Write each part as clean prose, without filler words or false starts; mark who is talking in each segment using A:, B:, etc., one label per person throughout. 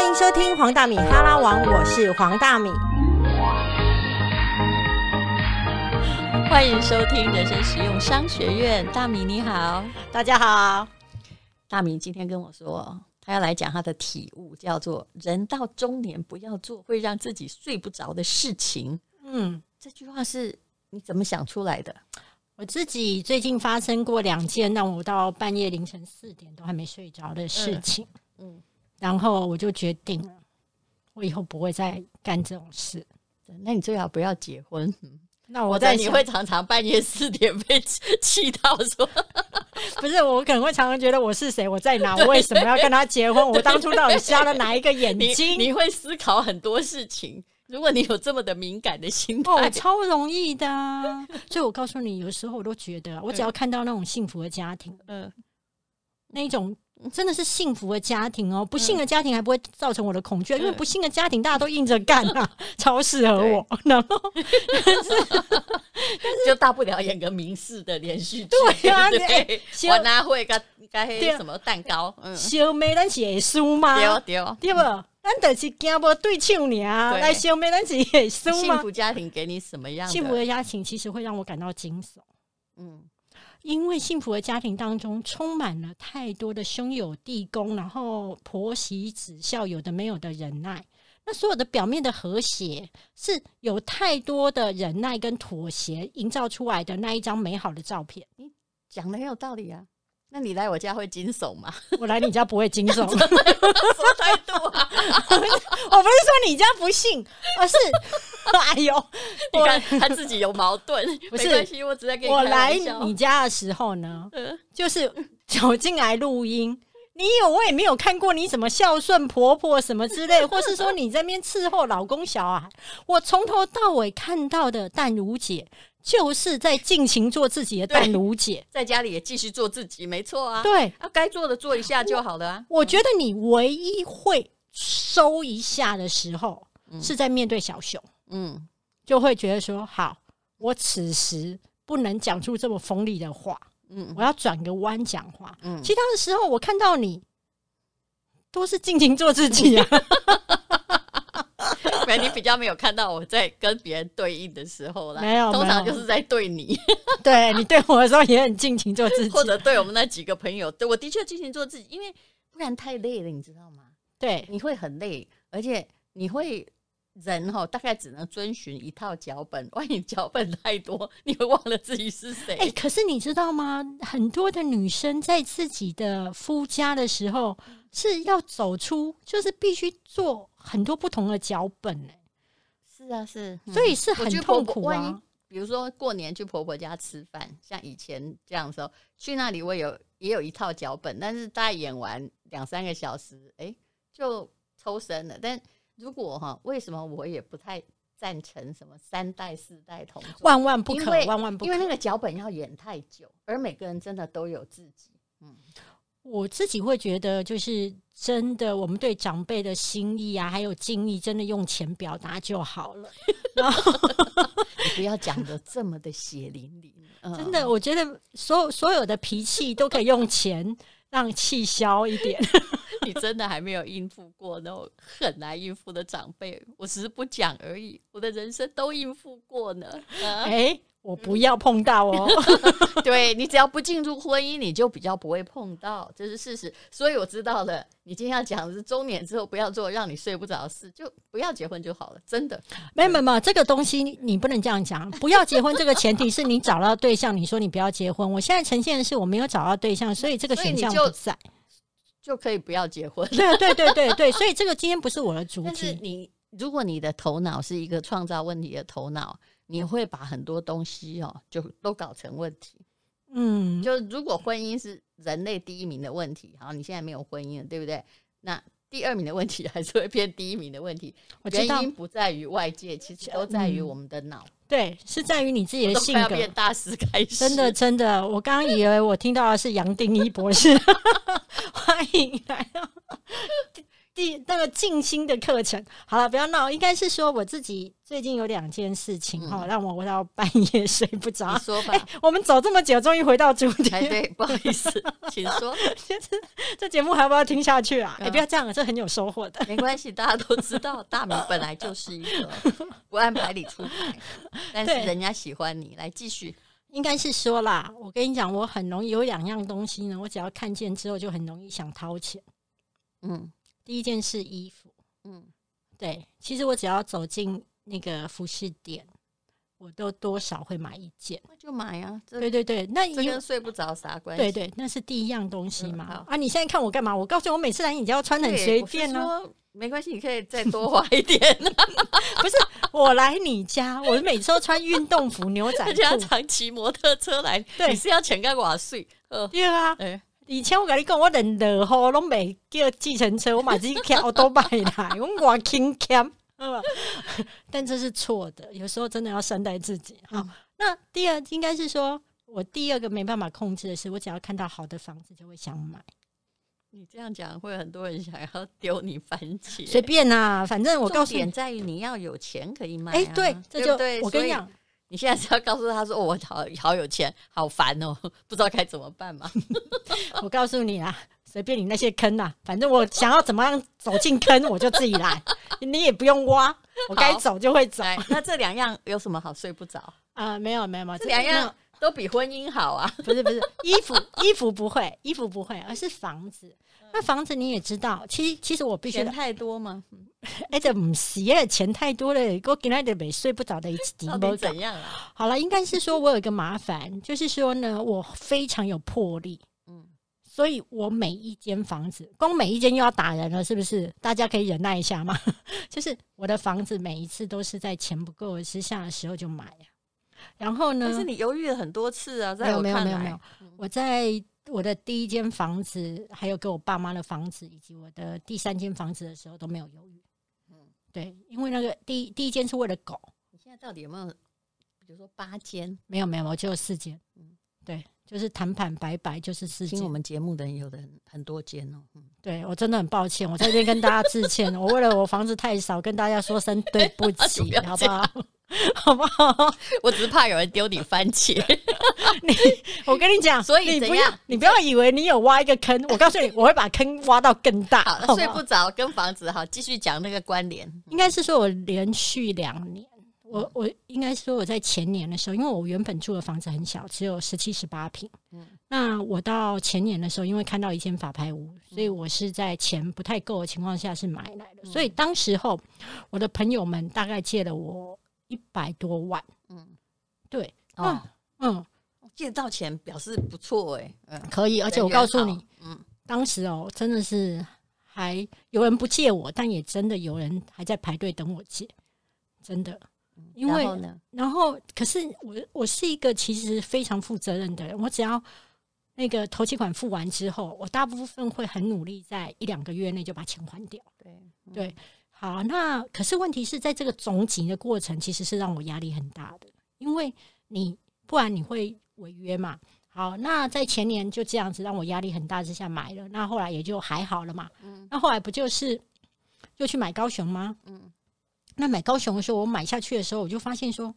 A: 迎收听黄大米哈拉王，我是黄大米。
B: 欢迎收听人生实用商学院，大米你好。
A: 大家好。
B: 大米今天跟我说，他要来讲他的体悟，叫做人到中年不要做会让自己睡不着的事情。这句话是你怎么想出来的？
A: 我自己最近发生过2件让我到半夜凌晨4点都还没睡着的事情。然后我就决定了，我以后不会再干这种事。
B: 那你最好不要结婚。
A: 那我在
B: 你会常常半夜4点被气到说
A: 不是，我可能会常常觉得我是谁，我在哪，我为什么要跟他结婚，我当初到底瞎了哪一个眼睛。
B: 你会思考很多事情，如果你有这么的敏感的心态。
A: 超容易的所以我告诉你，有时候我都觉得我只要看到那种幸福的家庭，那一种真的是幸福的家庭哦，不幸的家庭还不会造成我的恐惧，因为不幸的家庭大家都硬着干超适合我。然后
B: 就大不了演个民视的连续剧。
A: 对啊，
B: 我哪会跟什么蛋糕？
A: 小妹咱是会输吗？对不？咱就是惊无对手尔，来消灭咱是会输吗？
B: 幸福家庭给你什么样的？
A: 幸福的家庭其实会让我感到惊悚。因为幸福的家庭当中充满了太多的兄友弟恭，然后婆媳子孝，有的没有的忍耐。那所有的表面的和谐，是有太多的忍耐跟妥协营造出来的那一张美好的照片。
B: 你讲的很有道理啊。那你来我家会惊悚吗？
A: 我来你家不会惊悚。什么
B: 态度啊？
A: 我不是说你家不幸，而是哎呦，
B: 你看他自己有矛盾。不是，没关系，我只在跟你开玩笑。
A: 我来你家的时候呢，就是走进来录音，我也没有看过你怎么孝顺婆婆什么之类，或是说你在那边伺候老公小孩。我从头到尾看到的淡如姐，就是在尽情做自己的淡如姐，
B: 在家里也继续做自己，没错啊。
A: 对，
B: 该做的做一下就好了啊。
A: 我觉得你唯一会收一下的时候，是在面对小熊，就会觉得说，好，我此时不能讲出这么锋利的话，我要转个弯讲话。其他的时候，我看到你都是尽情做自己啊。
B: 你比较没有看到我在跟别人对应的时候啦，
A: 没有，
B: 通常就是在对你。
A: 对，你对我的时候也很尽情做自己，
B: 或者对我们那几个朋友，对我的确尽情做自己，因为不然太累了，你知道吗？
A: 对，
B: 你会很累，而且你会人大概只能遵循一套脚本，万一脚本太多，你会忘了自己是谁。
A: 可是你知道吗？很多的女生在自己的夫家的时候，是要走出，就是必须做很多不同的脚本。
B: 是啊，是，
A: 所以是很痛苦啊。
B: 比如说过年去婆婆家吃饭，像以前这样的时候，去那里我也有一套脚本，但是大概演完2-3个小时，就抽身了。但如果为什么我也不太赞成什么3代4代同堂，
A: 万万不可，万万不可，
B: 因为那个脚本要演太久，而每个人真的都有自己。
A: 我自己会觉得，就是真的，我们对长辈的心意啊，还有敬意，真的用钱表达就好了。然后
B: 你不要讲的这么的血淋淋。
A: 真的，我觉得所有的脾气都可以用钱让气消一点。
B: 你真的还没有应付过那种很难应付的长辈，我只是不讲而已，我的人生都应付过呢。
A: 我不要碰到哦。
B: 对，你只要不进入婚姻，你就比较不会碰到，这是事实。所以我知道了，你今天要讲的是中年之后不要做让你睡不着的事，就不要结婚就好了，真的。
A: 没有，这个东西你不能这样讲。不要结婚这个前提是你找到对象，你说你不要结婚。我现在呈现的是我没有找到对象，所以这个选项不在，
B: 就可以不要结婚。
A: 对，所以这个今天不是我的主题。
B: 但是如果你的头脑是一个创造问题的头脑，你会把很多东西就都搞成问题。就如果婚姻是人类第1名的问题，好，你现在没有婚姻了，对不对？那第2名的问题还是会变第1名的问题。原因不在于外界，其实都在于我们的脑。
A: 对，是在于你自己的性格。
B: 都快要变大师开始。
A: 真的，我刚刚以为我听到的是杨定一博士。欢迎来到。 那个静心的课程。好了，不要闹，应该是说我自己最近有2件事情让我到半夜睡不着。
B: 你说吧。
A: 我们走这么久，终于回到主题。
B: 对，不好意思，请说。
A: 这节目还要不要听下去啊？不要这样，这很有收获的。
B: 没关系，大家都知道，大明本来就是一个不按牌理出牌，但是人家喜欢你。来继续。
A: 应该是说啦，我跟你讲，我很容易有2样东西呢，我只要看见之后就很容易想掏钱。第一件是衣服。对，其实我只要走进那个服饰店，我都多少会买一件。
B: 那就买啊。
A: 对对对，那
B: 这跟睡不着啥关系？
A: 对对，那是第一样东西嘛。你现在看我干嘛？我告诉你，我每次来你就要穿很随便呢。
B: 没关系，你可以再多花一点。
A: 不是，我来你家，我每次都穿运动服、牛仔裤，
B: 而且要常骑摩托车来，你是要钱干偌水？
A: 对啊。以前我跟你讲，我连落雨都没叫计程车，我买自己开奥多麦来，我外轻欠。但这是错的，有时候真的要善待自己。好，那第二应该是说，我第2个没办法控制的是，我只要看到好的房子就会想买。
B: 你这样讲会很多人想要丢你番茄。
A: 随便啊，反正我告诉你，
B: 重点在于你要有钱可以买。
A: 对，这就
B: 对，
A: 我跟你讲，
B: 你现在是要告诉他说，我好有钱，好烦哦，不知道该怎么办吗？
A: 我告诉你啦，随便你那些坑啊，反正我想要怎么样走进坑，我就自己来，你也不用挖，我该走就会走。
B: 那这2样有什么好睡不着？
A: 没有，
B: 这2样都比婚姻好啊。
A: 不是衣服不会，而是房子。那房子你也知道，其实我必须
B: 钱太多吗？
A: 这不是钱太多了，我今天就没睡不着的一起。
B: 到底怎样啊？
A: 好了，应该是说我有一个麻烦，就是说呢，我非常有魄力。所以我每一间房子，光每一间又要打人了，是不是？大家可以忍耐一下嘛。就是我的房子每一次都是在钱不够之下的时候就买了。然后呢？
B: 但是你犹豫了很多次啊，
A: 在我看来没有。我在我的第1间房子，还有给我爸妈的房子，以及我的第3间房子的时候都没有犹豫。对，因为那个第1间是为了狗。
B: 你现在到底有没有，比如说8间？
A: 没有，我就有4间。对，就是谈判白就是4间。
B: 听我们节目的人有的很多间哦。
A: 对，我真的很抱歉，我在这边跟大家致歉。我为了我房子太少，跟大家说声对不起，好不好？好不好？
B: 我只是怕有人丢你番茄。
A: 我跟你讲，
B: 所以怎样？
A: 你不要以为你有挖一个坑，我告诉你，我会把坑挖到更大。
B: 好，睡不着跟房子好，继续讲那个关联。
A: 应该是说我连续2年，我应该说我在前年的时候，因为我原本住的房子很小，只有17、18坪。那我到前年的时候，因为看到一间法拍屋，所以我是在钱不太够的情况下是买来的。所以当时候我的朋友们大概借了我100多万。对，
B: 借得到钱表示不错
A: 可以。而且我告诉你，当时真的是还有人不借我，但也真的有人还在排队等我借，真的。因为然后可是我是一个其实非常负责任的人，我只要那个头期款付完之后，我大部分会很努力在1-2个月内就把钱还掉。对，好，那可是问题是在这个总集的过程其实是让我压力很大的，因为不然你会违约嘛。好，那在前年就这样子让我压力很大之下买了，那后来也就还好了嘛。那后来不就是又去买高雄吗？那买高雄的时候，我买下去的时候，我就发现说，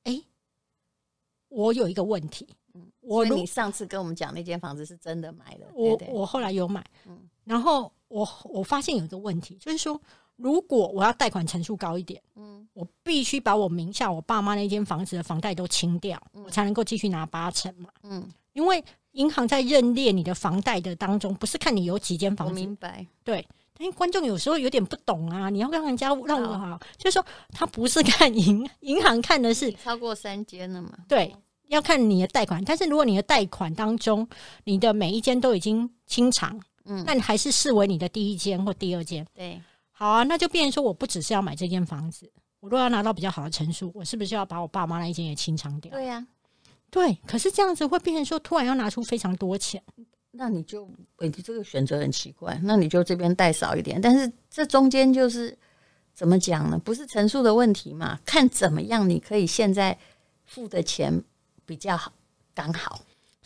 A: 我有一个问题。
B: 所以你上次跟我们讲那间房子是真的买的，
A: 我后来有买。然后我发现有一个问题，就是说，如果我要贷款成数高一点，我必须把我名下我爸妈那间房子的房贷都清掉，我才能够继续拿8成嘛。因为银行在认列你的房贷的当中，不是看你有几间房子。
B: 我明白。
A: 对。但是观众有时候有点不懂啊，你要让人家让我好，就是说他不是看银行看的是
B: 超过3间了嘛？
A: 对，要看你的贷款。但是如果你的贷款当中，你的每一间都已经清偿，那你还是视为你的第1间或第2间。
B: 对，
A: 好啊，那就变成说，我不只是要买这间房子，我如果要拿到比较好的成数，我是不是要把我爸妈那一间也清偿掉？
B: 对呀，
A: 对。可是这样子会变成说，突然要拿出非常多钱。
B: 那你这个选择很奇怪，那你就这边贷少一点，但是这中间就是怎么讲呢？不是成数的问题嘛？看怎么样你可以现在付的钱比较好，刚好。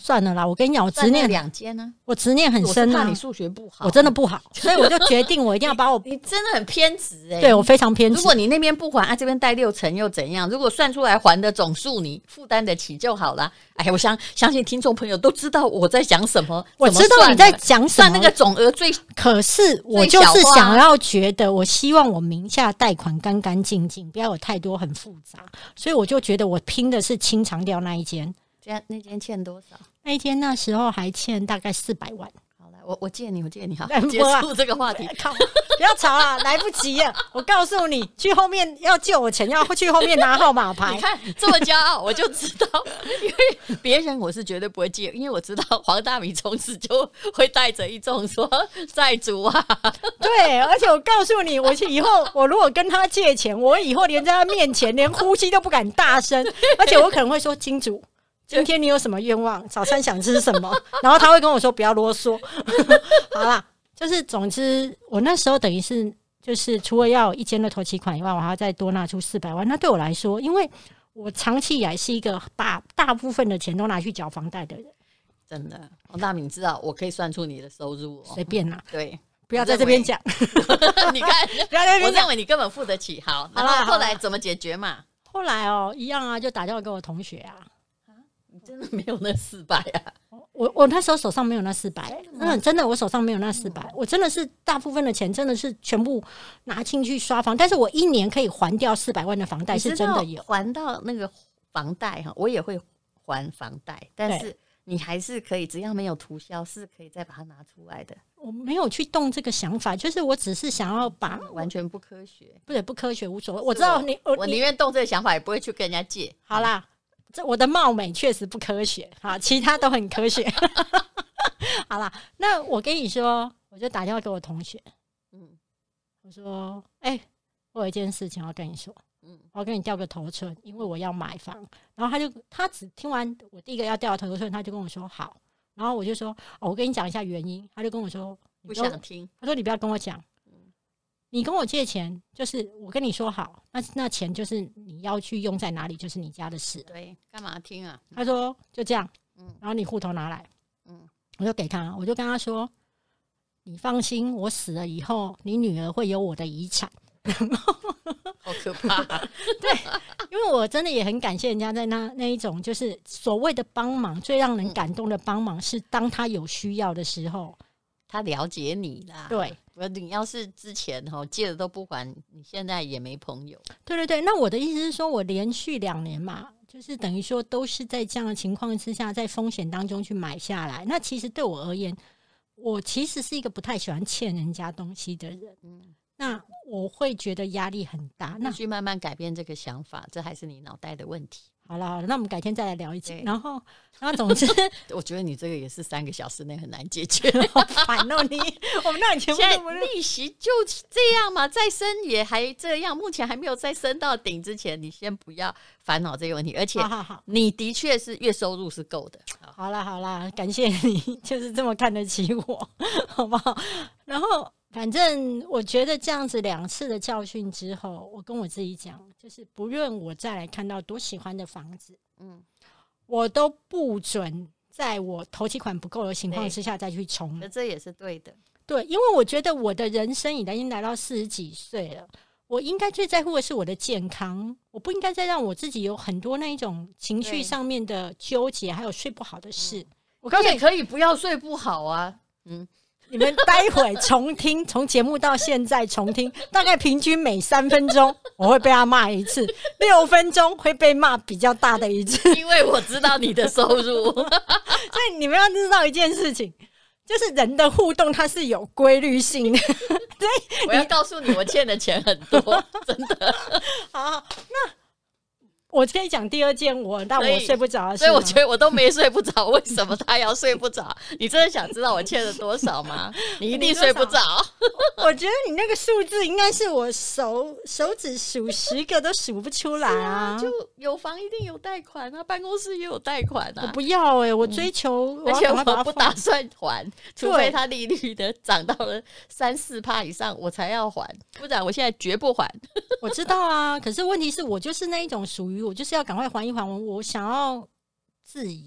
A: 算了啦，我跟你讲，我执念
B: 2间呢，
A: 我执念很深啊。
B: 你数学不好，
A: 我真的不好，所以我就决定我一定要把我
B: 你真的很偏执
A: 对我非常偏执。
B: 如果你那边不还这边贷6成又怎样？如果算出来还的总数你负担得起就好了。哎，我相信听众朋友都知道我在讲什么，
A: 我知道你在讲什么，
B: 算那个总额
A: 可是我就是想要觉得，我希望我名下贷款干干净净，不要有太多很复杂，所以我就觉得我拼的是清偿掉那一间。
B: 那间欠多少？
A: 那一天那时候还欠大概400万。
B: 好来，我借你好，结束这个话题。
A: 不要吵了，来不及了。我告诉你，去后面要借我钱，要去后面拿号码牌。
B: 你看这么骄傲，我就知道，因为别人我是绝对不会借，因为我知道黄大米从此就会带着一种说债主啊。
A: 对，而且我告诉你，我以后我如果跟他借钱，我以后连在他面前连呼吸都不敢大声，而且我可能会说金主。今天你有什么愿望？早餐想吃什么？然后他会跟我说不要啰嗦。好啦，就是总之我那时候等于是就是除了要有1间的头期款以外，我还要再多拿出400万。那对我来说，因为我长期以来是一个把大部分的钱都拿去缴房贷的人。
B: 真的，黄大明知道我可以算出你的收入
A: 随便啦。
B: 对，
A: 不要在这边讲。
B: 你看，
A: 不要在这边讲，
B: 我认为你根本付得起。好，然后后来怎么解决嘛？
A: 后来一样啊，就打电话给我同学啊。
B: 你真的没有那400啊？
A: 我那时候手上没有那400，真的我手上没有那400，我真的是大部分的钱真的是全部拿进去刷房，但是我1年可以还掉400万的房贷，是真的有
B: 还到那个房贷哈，我也会还房贷，但是你还是可以，只要没有涂销，是可以再把它拿出来的。
A: 我没有去动这个想法，就是我只是想要把
B: 完全不科学，
A: 不科学无所谓。我知道
B: 我宁愿动这个想法，也不会去跟人家借。
A: 好啦。我的貌美确实不科学，好，其他都很科学。好啦，那我跟你说，我就打电话给我同学，我说，我有一件事情要跟你说，我要跟你调个头寸，因为我要买房。然后他只听完我第一个要调头寸，他就跟我说好，然后我就说，我跟你讲一下原因，他就跟我说
B: 不想听，
A: 他说你不要跟我讲。你跟我借钱，就是我跟你说好，那钱就是你要去用在哪里，就是你家的事。
B: 对，干嘛听啊？
A: 他说就这样，然后你户头拿来，我就给他，我就跟他说，你放心，我死了以后，你女儿会有我的遗产。
B: 好可怕！
A: 对，因为我真的也很感谢人家在那一种就是所谓的帮忙，最让人感动的帮忙是当他有需要的时候。
B: 他了解你啦，
A: 对，
B: 你要是之前借的都不还，你现在也没朋友。
A: 对，那我的意思是说，我连续2年嘛，就是等于说都是在这样的情况之下，在风险当中去买下来。那其实对我而言，我其实是一个不太喜欢欠人家东西的人，那我会觉得压力很大。那
B: 去慢慢改变这个想法，这还是你脑袋的问题。
A: 好了，那我们改天再来聊一集。然后总之，
B: 我觉得你这个也是3个小时内很难解决。
A: 好烦哦你！我们那节目
B: 现在利息就这样嘛，再升也还这样，目前还没有再升到顶之前，你先不要烦恼这个问题。而且你的确是月收入是够的。
A: 好啦，感谢你，就是这么看得起我，好不好？然后。反正我觉得这样子2次的教训之后，我跟我自己讲，就是不论我再来看到多喜欢的房子，我都不准在我头期款不够的情况之下再去冲。
B: 这也是对的。
A: 对，因为我觉得我的人生已经来到40几岁了，我应该最在乎的是我的健康，我不应该再让我自己有很多那一种情绪上面的纠结，还有睡不好的事。
B: 我告诉你，可以不要睡不好啊，
A: 你们待会重听，从节目到现在重听，大概平均每3分钟我会被他骂一次，6分钟会被骂比较大的一次。
B: 因为我知道你的收入，所
A: 以你们要知道一件事情，就是人的互动它是有规律性的。对，
B: 我要告诉你，我欠的钱很多，真的。
A: 好，那我可以讲第2件但我睡不着的事，
B: 所以我觉得我都没睡不着，为什么他要睡不着？你真的想知道我欠了多少吗？你一定睡不着。
A: 我觉得你那个数字应该是我手指数10个都数不出来啊！
B: 就有房一定有贷款啊，办公室也有贷款啊。
A: 我不要我追求，
B: 而且我不打算还，除非他利率的涨到了3-4%以上，我才要还，不然我现在绝不还。
A: 我知道啊，可是问题是我就是那一种属于我就是要赶快还一还，我想要自由。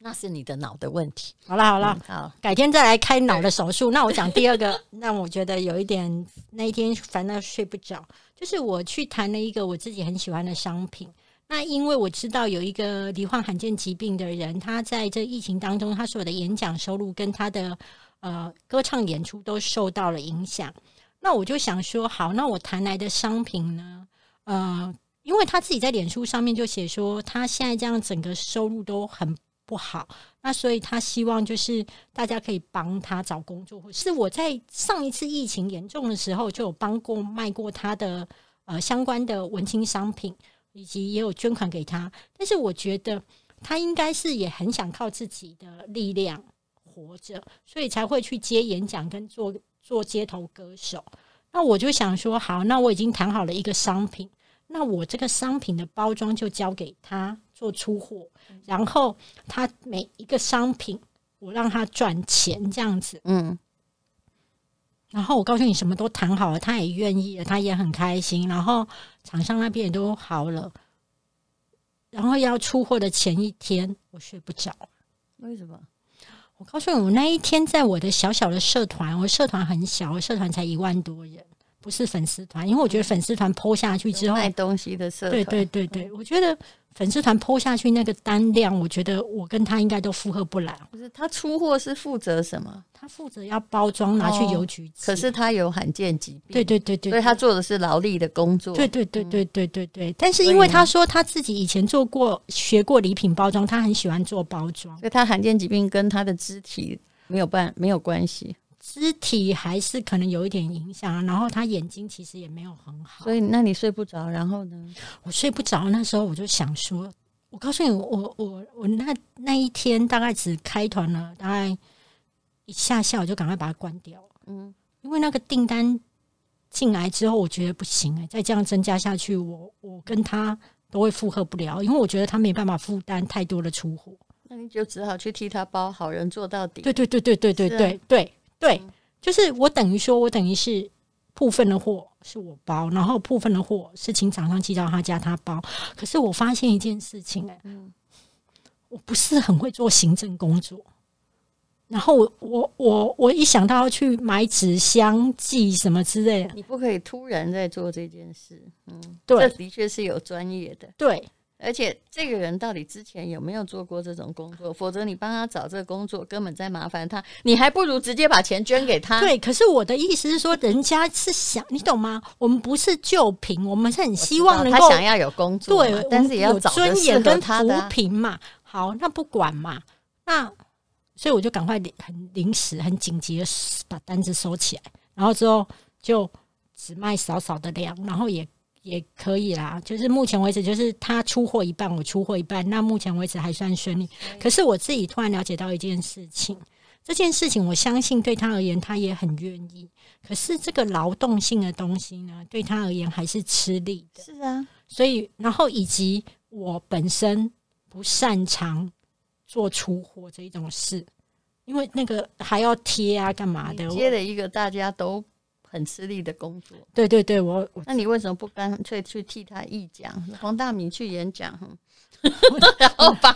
B: 那是你的脑的问题。
A: 好了，
B: 好，
A: 改天再来开脑的手术。那我讲第二个，让我觉得有一点那一天反正睡不着，就是我去谈了一个我自己很喜欢的商品。那因为我知道有一个罹患罕见疾病的人，他在这疫情当中，他所有的演讲收入跟他的歌唱演出都受到了影响。那我就想说，好，那我谈来的商品呢，因为他自己在脸书上面就写说，他现在这样整个收入都很不好，那所以他希望就是大家可以帮他找工作，或是我在上一次疫情严重的时候就有卖过他的相关的文青商品，以及也有捐款给他。但是我觉得他应该是也很想靠自己的力量活着，所以才会去接演讲跟做街头歌手。那我就想说，好，那我已经谈好了一个商品，那我这个商品的包装就交给他做出货，然后他每一个商品我让他赚钱这样子。然后我告诉你什么都谈好了，他也愿意了，他也很开心，然后厂商那边也都好了，然后要出货的前一天我睡不着。
B: 为什么？
A: 我告诉你，我那一天在我的小小的社团，我社团很小，我社团才1万多人，不是粉丝团，因为我觉得粉丝团 po 下去之后，
B: 卖东西的社团，
A: 对，我觉得粉丝团 po 下去那个单量，我觉得我跟他应该都负荷不来。
B: 不是，他出货是负责什么？
A: 他负责要包装拿去邮局寄，
B: 可是他有罕见疾病，
A: 对，
B: 所以他做的是劳力的工作，
A: 对。但是因为他说他自己以前学过礼品包装，他很喜欢做包装，
B: 所以他罕见疾病跟他的肢体没有关系，
A: 肢体还是可能有一点影响，然后他眼睛其实也没有很好，
B: 所以那你睡不着，然后呢？
A: 我睡不着，那时候我就想说，我告诉你，我那一天大概只开团了，大概一下我就赶快把它关掉了。因为那个订单进来之后，我觉得不行再这样增加下去，我跟他都会负荷不了，因为我觉得他没办法负担太多的出货。
B: 那你就只好去替他包，好人做到底。
A: 对，就是我等于是部分的货是我包，然后部分的货是请厂商寄到他家他包。可是我发现一件事情我不是很会做行政工作。然后我一想到要去买纸箱寄什么之类的，
B: 你不可以突然在做这件事。
A: 对，
B: 这的确是有专业的。
A: 对，
B: 而且这个人到底之前有没有做过这种工作？否则你帮他找这个工作，根本在麻烦他，你还不如直接把钱捐给他。
A: 对，可是我的意思是说，人家是想，你懂吗？我们不是救贫，我们是很希望能够
B: 他想要有工作，
A: 对，
B: 但是也要找
A: 尊严跟扶
B: 的
A: 贫嘛。好，那不管嘛，那所以我就赶快很临时、很紧急的把单子收起来，然后之后就只卖少少的量，然后也可以啦。就是目前为止，就是他出货一半，我出货一半，那目前为止还算顺利。可是我自己突然了解到一件事情，这件事情我相信对他而言，他也很愿意。可是这个劳动性的东西呢，对他而言还是吃力的。
B: 是啊，
A: 所以然后以及我本身不擅长做出货这一种事，因为那个还要贴啊干嘛的，
B: 接了一个大家都很吃力的工作。
A: 对，
B: 那你为什么不干脆去替他议讲？黄大米去演讲，然后把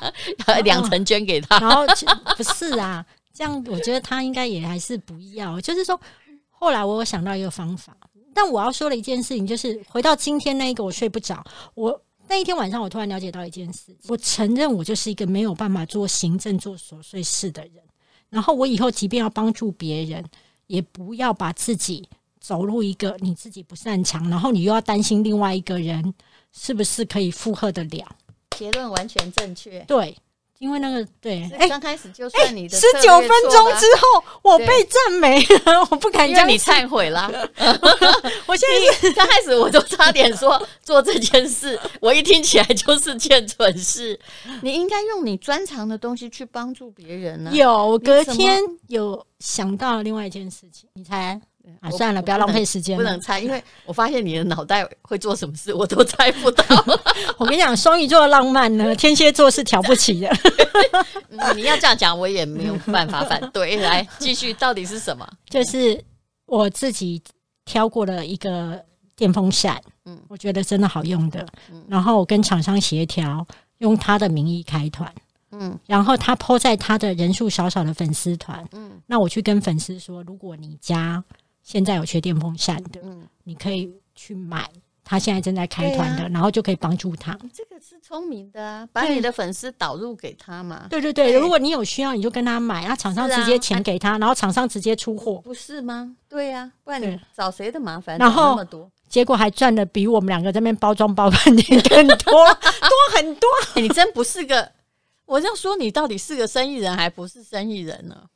B: 2成捐给他。
A: 然后不是啊，这样我觉得他应该也还是不要。就是说，后来我有想到一个方法，但我要说的一件事情就是，回到今天那一个我睡不着，我那一天晚上我突然了解到一件事，我承认我就是一个没有办法做行政做琐碎事的人，然后我以后即便要帮助别人，也不要把自己走入一个你自己不擅长，然后你又要担心另外一个人是不是可以负荷得了。
B: 结论完全正确。
A: 对，因为那个对，
B: 刚开始就算你的
A: 19分钟之后，我被赞美了，我不敢
B: 因为你忏悔啦。
A: 我现在
B: 刚开始我都差点说做这件事，我一听起来就是件蠢事。你应该用你专长的东西去帮助别人啊。
A: 有，隔天有想到另外一件事情，你猜？算了，不要浪费时间了。
B: 不能猜，因为我发现你的脑袋会做什么事，我都猜不到。
A: 我跟你讲，双鱼座的浪漫呢，天蝎座是挑不起的。
B: 你要这样讲，我也没有办法反对。来，继续，到底是什么？
A: 就是我自己挑过了一个电风扇，我觉得真的好用的。然后我跟厂商协调，用他的名义开团。 然后他 po 在他的人数少少的粉丝团，那我去跟粉丝说，如果你家现在有缺电风扇的，你可以去买。他现在正在开团的，然后就可以帮助他。
B: 这个是聪明的啊，把你的粉丝导入给他嘛。
A: 对对对，如果你有需要，你就跟他买，那厂商直接钱给他，然后厂商直接出货，
B: 不是吗？对呀，不然你找谁的麻烦？
A: 然后那么多，结果还赚的比我们两个这边包装包半天更多很多。
B: 你真不是个，我这样说你到底是个生意人还不是生意人呢？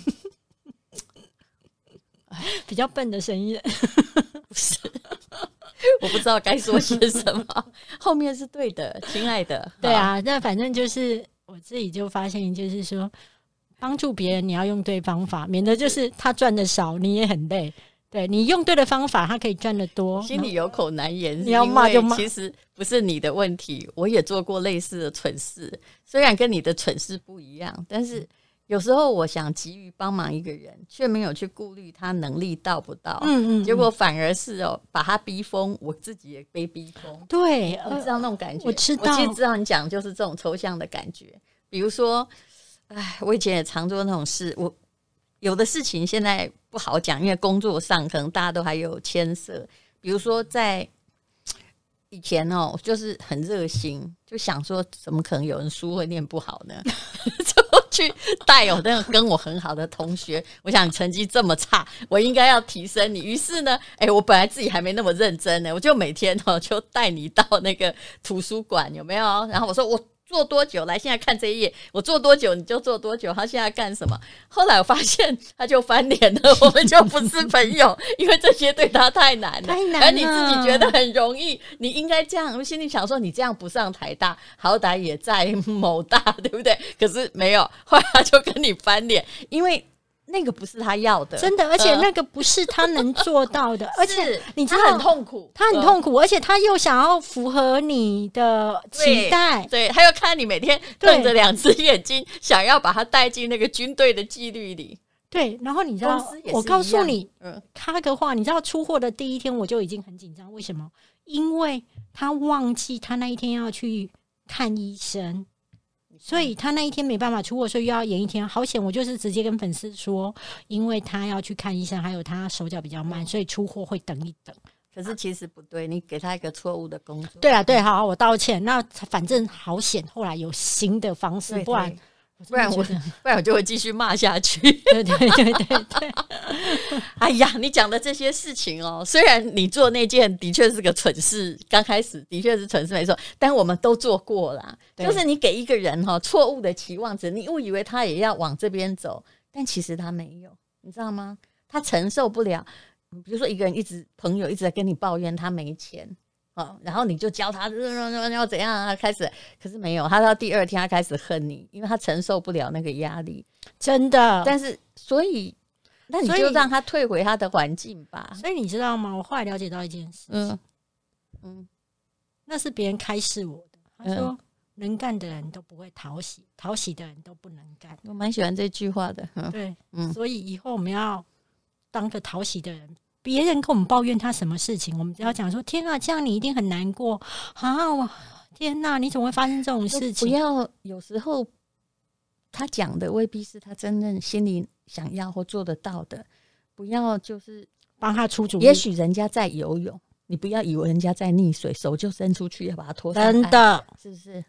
A: 比较笨的生意人，
B: 不是。我不知道该说些什么，后面是对的，亲爱的。
A: 对啊，那反正就是我自己就发现，就是说帮助别人，你要用对方法，免得就是他赚的少，你也很累。对，你用对的方法，他可以赚得多。
B: 心里有口难言，
A: 你要骂就骂。
B: 其实不是你的问题，我也做过类似的蠢事，虽然跟你的蠢事不一样，但是。有时候我想急于帮忙一个人，却没有去顾虑他能力到不到，结果反而是把他逼疯，我自己也被逼疯。
A: 对，
B: 你知道那种感觉？
A: 我知道，
B: 我其实知道你讲就是这种抽象的感觉。比如说，我以前也常做那种事，我有的事情现在不好讲，因为工作上可能大家都还有牵涉。比如说在以前就是很热心，就想说怎么可能有人书会念不好呢？去带那个跟我很好的同学，我想成绩这么差，我应该要提升你。于是呢，我本来自己还没那么认真呢，我就每天就带你到那个图书馆，有没有？然后我说我做多久？来，现在看这一页，我做多久你就做多久。他现在干什么？后来我发现他就翻脸了，我们就不是朋友，因为这些对他太难了，而你自己觉得很容易，你应该这样。我心里想说，你这样不上台大，好歹也在某大，对不对？可是没有，后来他就跟你翻脸，因为。那个不是他要的，
A: 真的，而且那个不是他能做到的，而且你知道
B: 他很痛苦，
A: 而且他又想要符合你的期待，
B: 对，他又看你每天瞪着2只眼睛，想要把他带进那个军队的纪律里。
A: 对，然后你知道，我告诉你，他的话，你知道出货的第一天我就已经很紧张，为什么？因为他忘记他那一天要去看医生。所以他那一天没办法出货，所以又要延一天。好险，我就是直接跟粉丝说，因为他要去看医生，还有他手脚比较慢，所以出货会等一等。
B: 可是其实不对，你给他一个错误的工作。
A: 对啊，对，好，我道歉。那反正好险，后来有新的方式，不然
B: 我就会继续骂下去。
A: 对对对对对。
B: 哎呀，你讲的这些事情虽然你做那件的确是个蠢事，刚开始的确是蠢事没错，但我们都做过啦。就是你给一个人错误的期望值，你误以为他也要往这边走，但其实他没有，你知道吗？他承受不了。比如说一个人朋友一直在跟你抱怨他没钱。然后你就教他要怎样啊，开始，可是没有，他到第2天他开始恨你，因为他承受不了那个压力，
A: 真的。
B: 但是那你就让他退回他的环境吧。
A: 所以你知道吗？我后来了解到一件事情，那是别人开示我的。他说，能干的人都不会讨喜，讨喜的人都不能干。
B: 我蛮喜欢这句话的。
A: 对，所以以后我们要当个讨喜的人。别人跟我们抱怨他什么事情，我们只要讲说：“天啊，这样你一定很难过啊！天哪，你怎么会发生这种事情？”
B: 不要，有时候他讲的未必是他真正心里想要或做得到的。不要就是
A: 帮他出主意。
B: 也许人家在游泳，你不要以为人家在溺水，手就伸出去要把他拖上岸。
A: 真的，
B: 是不是？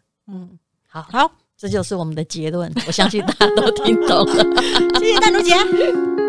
B: 好，这就是我们的结论。我相信大家都听懂了。
A: 谢谢淡如姐。